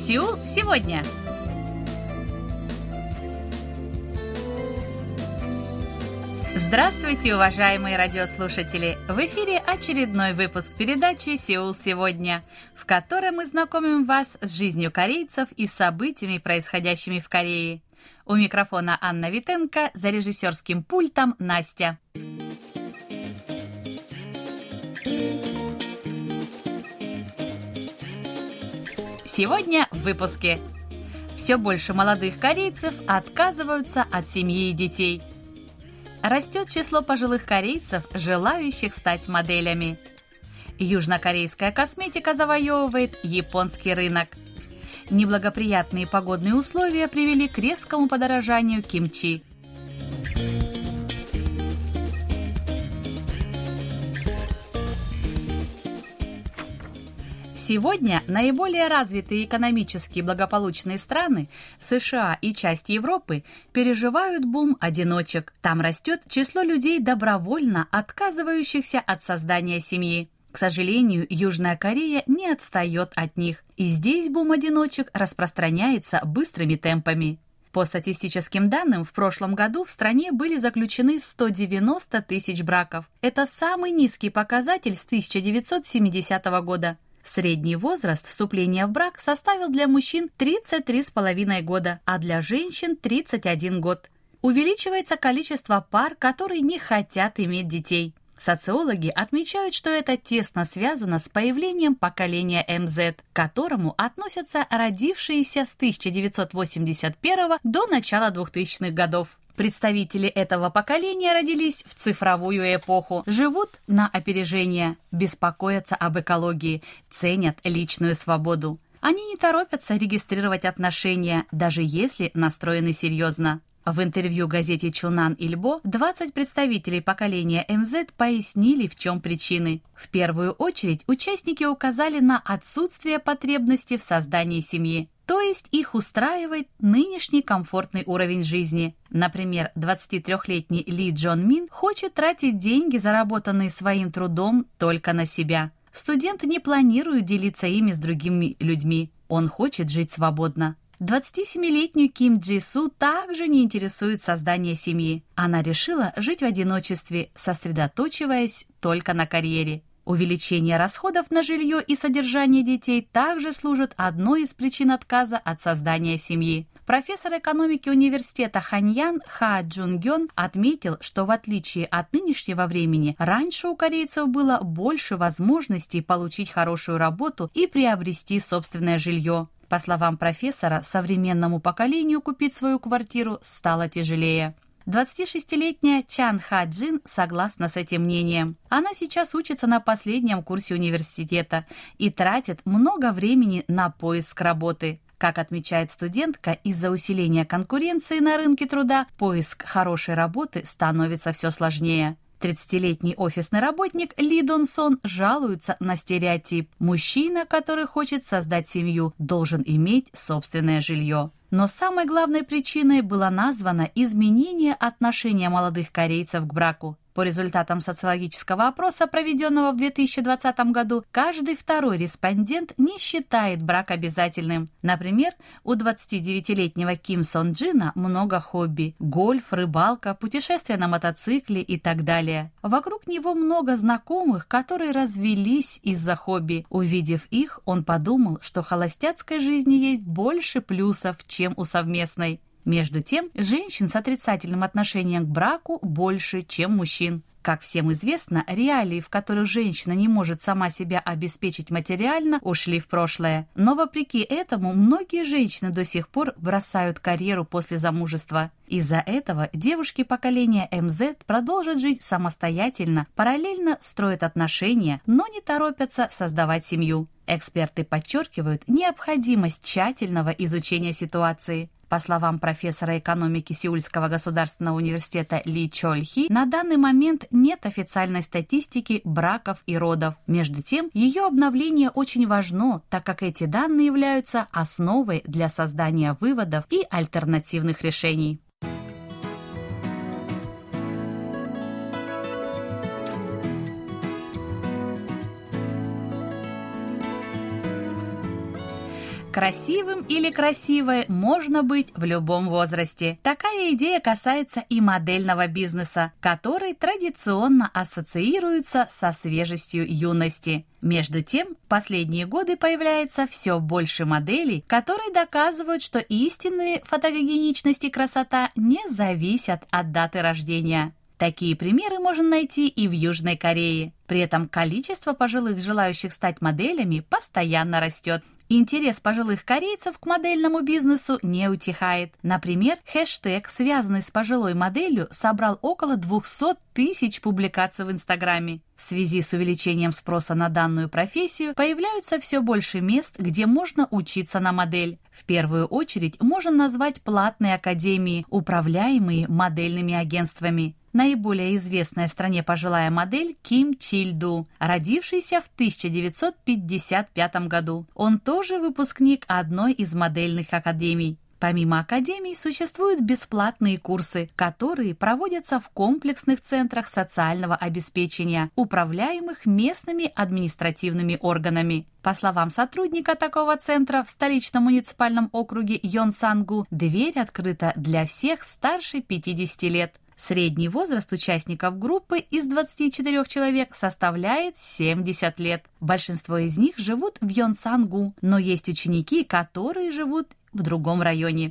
Сеул сегодня. Здравствуйте, уважаемые радиослушатели! В эфире очередной выпуск передачи «Сеул сегодня», в которой мы знакомим вас с жизнью корейцев и событиями, происходящими в Корее. У микрофона Анна Витенко, за режиссерским пультом Настя. Сегодня в выпуске. Все больше молодых корейцев отказываются от семьи и детей. Растет число пожилых корейцев, желающих стать моделями. Южнокорейская косметика завоевывает японский рынок. Неблагоприятные погодные условия привели к резкому подорожанию кимчи. Сегодня наиболее развитые экономически благополучные страны, США и часть Европы, переживают бум одиночек. Там растет число людей, добровольно отказывающихся от создания семьи. К сожалению, Южная Корея не отстает от них, и здесь бум одиночек распространяется быстрыми темпами. По статистическим данным, в прошлом году в стране были заключены 190 тысяч браков. Это самый низкий показатель с 1970 года. Средний возраст вступления в брак составил для мужчин 33,5 года, а для женщин 31 год. Увеличивается количество пар, которые не хотят иметь детей. Социологи отмечают, что это тесно связано с появлением поколения МЗ, к которому относятся родившиеся с 1981 до начала 2000-х годов. Представители этого поколения родились в цифровую эпоху, живут на опережение, беспокоятся об экологии, ценят личную свободу. Они не торопятся регистрировать отношения, даже если настроены серьезно. В интервью газете «Чунан Ильбо» 20 представителей поколения МЗ пояснили, в чем причины. В первую очередь участники указали на отсутствие потребности в создании семьи. То есть их устраивает нынешний комфортный уровень жизни. Например, 23-летний Ли Джон Мин хочет тратить деньги, заработанные своим трудом, только на себя. Студент не планирует делиться ими с другими людьми. Он хочет жить свободно. 27-летнюю Ким Джи Су также не интересует создание семьи. Она решила жить в одиночестве, сосредоточиваясь только на карьере. Увеличение расходов на жилье и содержание детей также служит одной из причин отказа от создания семьи. Профессор экономики университета Ханьян Ха Джун Гён отметил, что в отличие от нынешнего времени, раньше у корейцев было больше возможностей получить хорошую работу и приобрести собственное жилье. По словам профессора, современному поколению купить свою квартиру стало тяжелее. 26-летняя Чан Ха Джин согласна с этим мнением. Она сейчас учится на последнем курсе университета и тратит много времени на поиск работы. Как отмечает студентка, из-за усиления конкуренции на рынке труда поиск хорошей работы становится все сложнее. 30-летний офисный работник Ли Дон Сон жалуется на стереотип. Мужчина, который хочет создать семью, должен иметь собственное жилье. Но самой главной причиной было названо изменение отношения молодых корейцев к браку. По результатам социологического опроса, проведенного в 2020 году, каждый второй респондент не считает брак обязательным. Например, у 29-летнего Ким Сон Джина много хобби – гольф, рыбалка, путешествия на мотоцикле и так далее. Вокруг него много знакомых, которые развелись из-за хобби. Увидев их, он подумал, что в холостяцкой жизни есть больше плюсов, чем у совместной. Между тем, женщин с отрицательным отношением к браку больше, чем мужчин. Как всем известно, реалии, в которых женщина не может сама себя обеспечить материально, ушли в прошлое. Но вопреки этому, многие женщины до сих пор бросают карьеру после замужества. Из-за этого девушки поколения МЗ продолжат жить самостоятельно, параллельно строят отношения, но не торопятся создавать семью. Эксперты подчеркивают необходимость тщательного изучения ситуации. По словам профессора экономики Сеульского государственного университета Ли Чоль-Хи, на данный момент нет официальной статистики браков и родов. Между тем, ее обновление очень важно, так как эти данные являются основой для создания выводов и альтернативных решений. Красивым или красивой можно быть в любом возрасте. Такая идея касается и модельного бизнеса, который традиционно ассоциируется со свежестью юности. Между тем, в последние годы появляется все больше моделей, которые доказывают, что истинные фотогеничность и красота не зависят от даты рождения. Такие примеры можно найти и в Южной Корее. При этом количество пожилых, желающих стать моделями, постоянно растет. Интерес пожилых корейцев к модельному бизнесу не утихает. Например, хэштег, связанный с пожилой моделью, собрал около 200 тысяч публикаций в Инстаграме. В связи с увеличением спроса на данную профессию появляются все больше мест, где можно учиться на модель. В первую очередь можно назвать платные академии, управляемые модельными агентствами. Наиболее известная в стране пожилая модель Ким Чиль Ду, родившийся в 1955 году. Он тоже выпускник одной из модельных академий. Помимо академий существуют бесплатные курсы, которые проводятся в комплексных центрах социального обеспечения, управляемых местными административными органами. По словам сотрудника такого центра в столичном муниципальном округе Йонсангу, дверь открыта для всех старше 50 лет. Средний возраст участников группы из 24 человек составляет 70 лет. Большинство из них живут в Йонсангу, но есть ученики, которые живут в другом районе.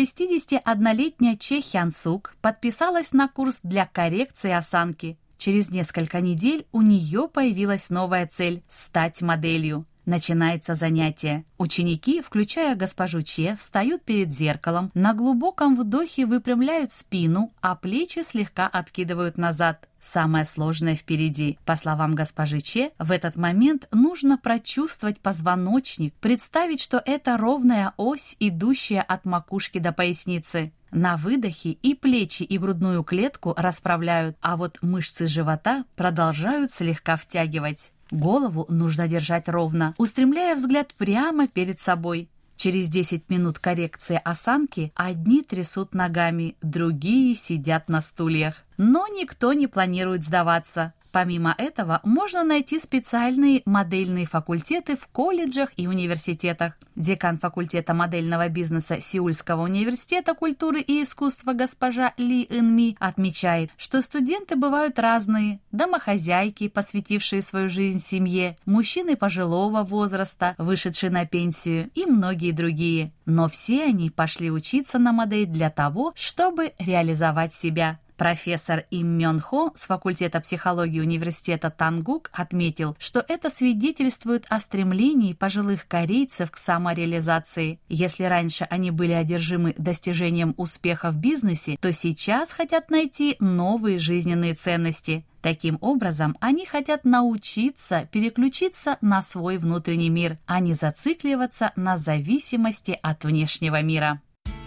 61-летняя Че Хян Сук подписалась на курс для коррекции осанки. Через несколько недель у нее появилась новая цель – стать моделью. Начинается занятие. Ученики, включая госпожу Че, встают перед зеркалом, на глубоком вдохе выпрямляют спину, а плечи слегка откидывают назад. Самое сложное впереди. По словам госпожи Че, в этот момент нужно прочувствовать позвоночник, представить, что это ровная ось, идущая от макушки до поясницы. На выдохе и плечи, и грудную клетку расправляют, а вот мышцы живота продолжают слегка втягивать. Голову нужно держать ровно, устремляя взгляд прямо перед собой. Через 10 минут коррекции осанки одни трясут ногами, другие сидят на стульях. Но никто не планирует сдаваться. Помимо этого, можно найти специальные модельные факультеты в колледжах и университетах. Декан факультета модельного бизнеса Сеульского университета культуры и искусства госпожа Ли Ин Ми отмечает, что студенты бывают разные: домохозяйки, посвятившие свою жизнь семье, мужчины пожилого возраста, вышедшие на пенсию, и многие другие. Но все они пошли учиться на модель для того, чтобы реализовать себя. Профессор Им Мён Хо с факультета психологии университета Тангук отметил, что это свидетельствует о стремлении пожилых корейцев к самореализации. Если раньше они были одержимы достижением успеха в бизнесе, то сейчас хотят найти новые жизненные ценности. Таким образом, они хотят научиться переключиться на свой внутренний мир, а не зацикливаться на зависимости от внешнего мира.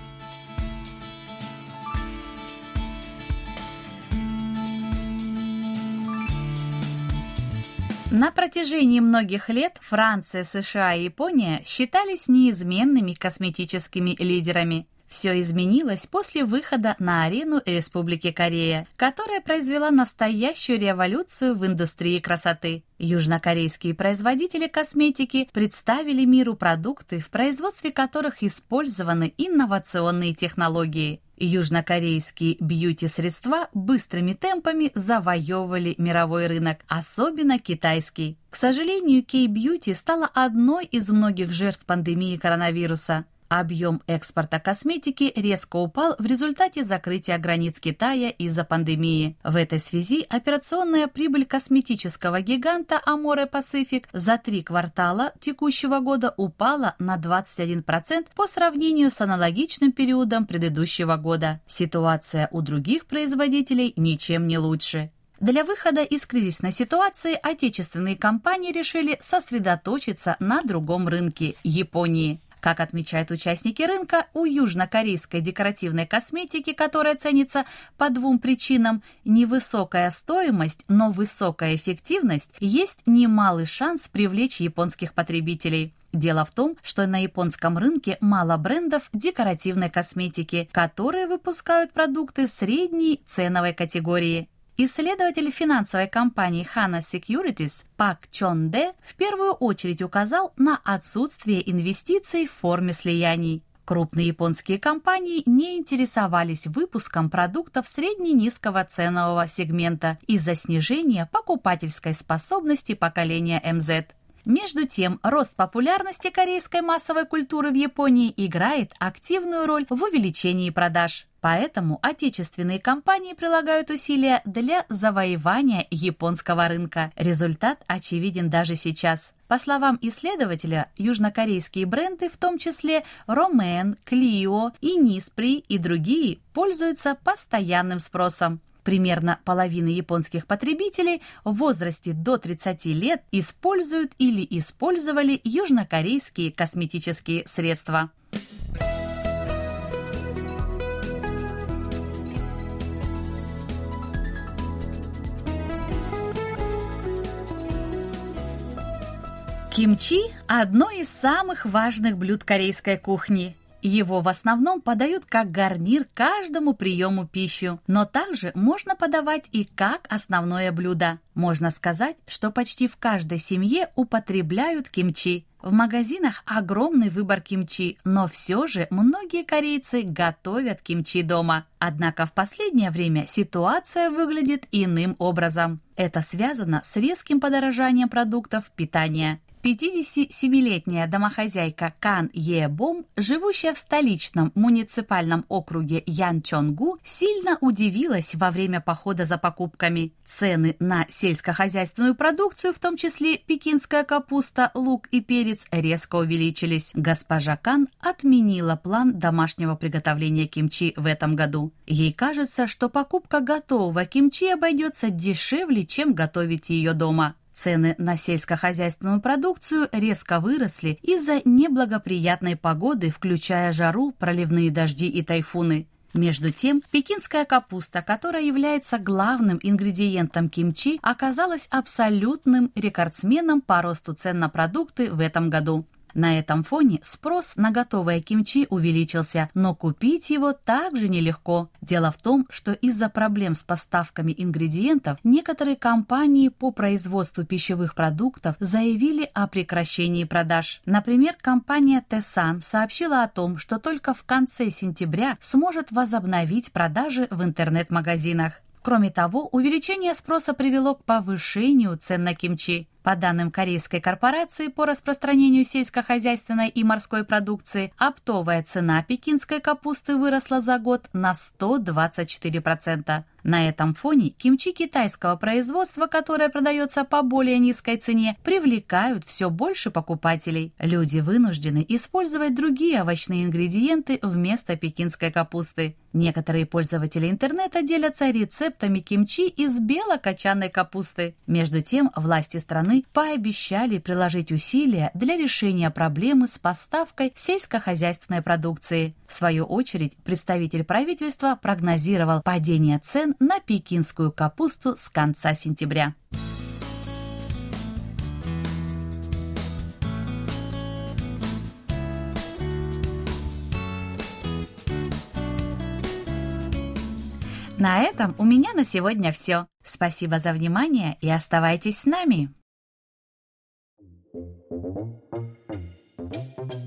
На протяжении многих лет Франция, США и Япония считались неизменными косметическими лидерами. Все изменилось после выхода на арену Республики Корея, которая произвела настоящую революцию в индустрии красоты. Южнокорейские производители косметики представили миру продукты, в производстве которых использованы инновационные технологии. Южнокорейские бьюти-средства быстрыми темпами завоевывали мировой рынок, особенно китайский. К сожалению, K-Beauty стала одной из многих жертв пандемии коронавируса. Объем экспорта косметики резко упал в результате закрытия границ Китая из-за пандемии. В этой связи операционная прибыль косметического гиганта Amore Pacific за 3 квартала текущего года упала на 21% по сравнению с аналогичным периодом предыдущего года. Ситуация у других производителей ничем не лучше. Для выхода из кризисной ситуации отечественные компании решили сосредоточиться на другом рынке – Японии. Как отмечают участники рынка, у южнокорейской декоративной косметики, которая ценится по 2 причинам – невысокая стоимость, но высокая эффективность, есть немалый шанс привлечь японских потребителей. Дело в том, что на японском рынке мало брендов декоративной косметики, которые выпускают продукты средней ценовой категории. Исследователь финансовой компании Hana Securities Пак Чон Дэ в первую очередь указал на отсутствие инвестиций в форме слияний. Крупные японские компании не интересовались выпуском продуктов средне-низкого ценового сегмента из-за снижения покупательской способности поколения МЗ. Между тем, рост популярности корейской массовой культуры в Японии играет активную роль в увеличении продаж. Поэтому отечественные компании прилагают усилия для завоевания японского рынка. Результат очевиден даже сейчас. По словам исследователя, южнокорейские бренды, в том числе Roman, Clio, Innisfree и другие, пользуются постоянным спросом. Примерно половина японских потребителей в возрасте до 30 лет используют или использовали южнокорейские косметические средства. Кимчи – одно из самых важных блюд корейской кухни. Его в основном подают как гарнир к каждому приему пищи, но также можно подавать и как основное блюдо. Можно сказать, что почти в каждой семье употребляют кимчи. В магазинах огромный выбор кимчи, но все же многие корейцы готовят кимчи дома. Однако в последнее время ситуация выглядит иным образом. Это связано с резким подорожанием продуктов питания. 57-летняя домохозяйка Кан Е-бом, живущая в столичном муниципальном округе Янчонгу, сильно удивилась во время похода за покупками. Цены на сельскохозяйственную продукцию, в том числе пекинская капуста, лук и перец, резко увеличились. Госпожа Кан отменила план домашнего приготовления кимчи в этом году. Ей кажется, что покупка готового кимчи обойдется дешевле, чем готовить ее дома. Цены на сельскохозяйственную продукцию резко выросли из-за неблагоприятной погоды, включая жару, проливные дожди и тайфуны. Между тем, пекинская капуста, которая является главным ингредиентом кимчи, оказалась абсолютным рекордсменом по росту цен на продукты в этом году. На этом фоне спрос на готовое кимчи увеличился, но купить его также нелегко. Дело в том, что из-за проблем с поставками ингредиентов некоторые компании по производству пищевых продуктов заявили о прекращении продаж. Например, компания Tessan сообщила о том, что только в конце сентября сможет возобновить продажи в интернет-магазинах. Кроме того, увеличение спроса привело к повышению цен на кимчи. По данным корейской корпорации по распространению сельскохозяйственной и морской продукции, оптовая цена пекинской капусты выросла за год на 124%. На этом фоне кимчи китайского производства, которое продается по более низкой цене, привлекают все больше покупателей. Люди вынуждены использовать другие овощные ингредиенты вместо пекинской капусты. Некоторые пользователи интернета делятся рецептами кимчи из белокочанной капусты. Между тем, власти страны пообещали приложить усилия для решения проблемы с поставкой сельскохозяйственной продукции. В свою очередь, представитель правительства прогнозировал падение цен на пекинскую капусту с конца сентября. На этом у меня на сегодня все. Спасибо за внимание и оставайтесь с нами.